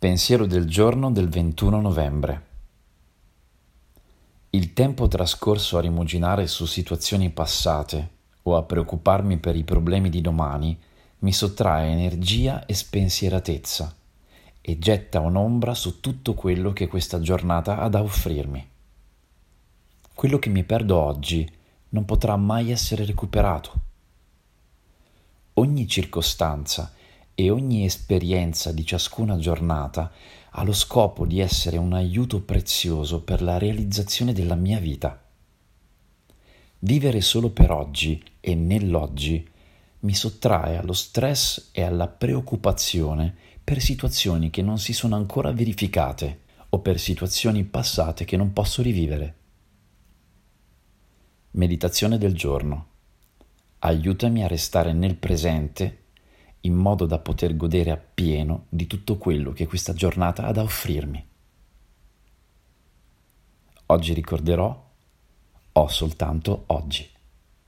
Pensiero del giorno del 21 novembre. Il tempo trascorso a rimuginare su situazioni passate o a preoccuparmi per i problemi di domani mi sottrae energia e spensieratezza e getta un'ombra su tutto quello che questa giornata ha da offrirmi. Quello che mi perdo oggi non potrà mai essere recuperato. Ogni circostanza e ogni esperienza di ciascuna giornata ha lo scopo di essere un aiuto prezioso per la realizzazione della mia vita. Vivere solo per oggi e nell'oggi mi sottrae allo stress e alla preoccupazione per situazioni che non si sono ancora verificate o per situazioni passate che non posso rivivere. Meditazione del giorno. Aiutami a restare nel presente in modo da poter godere appieno di tutto quello che questa giornata ha da offrirmi. Oggi ricorderò, ho soltanto oggi.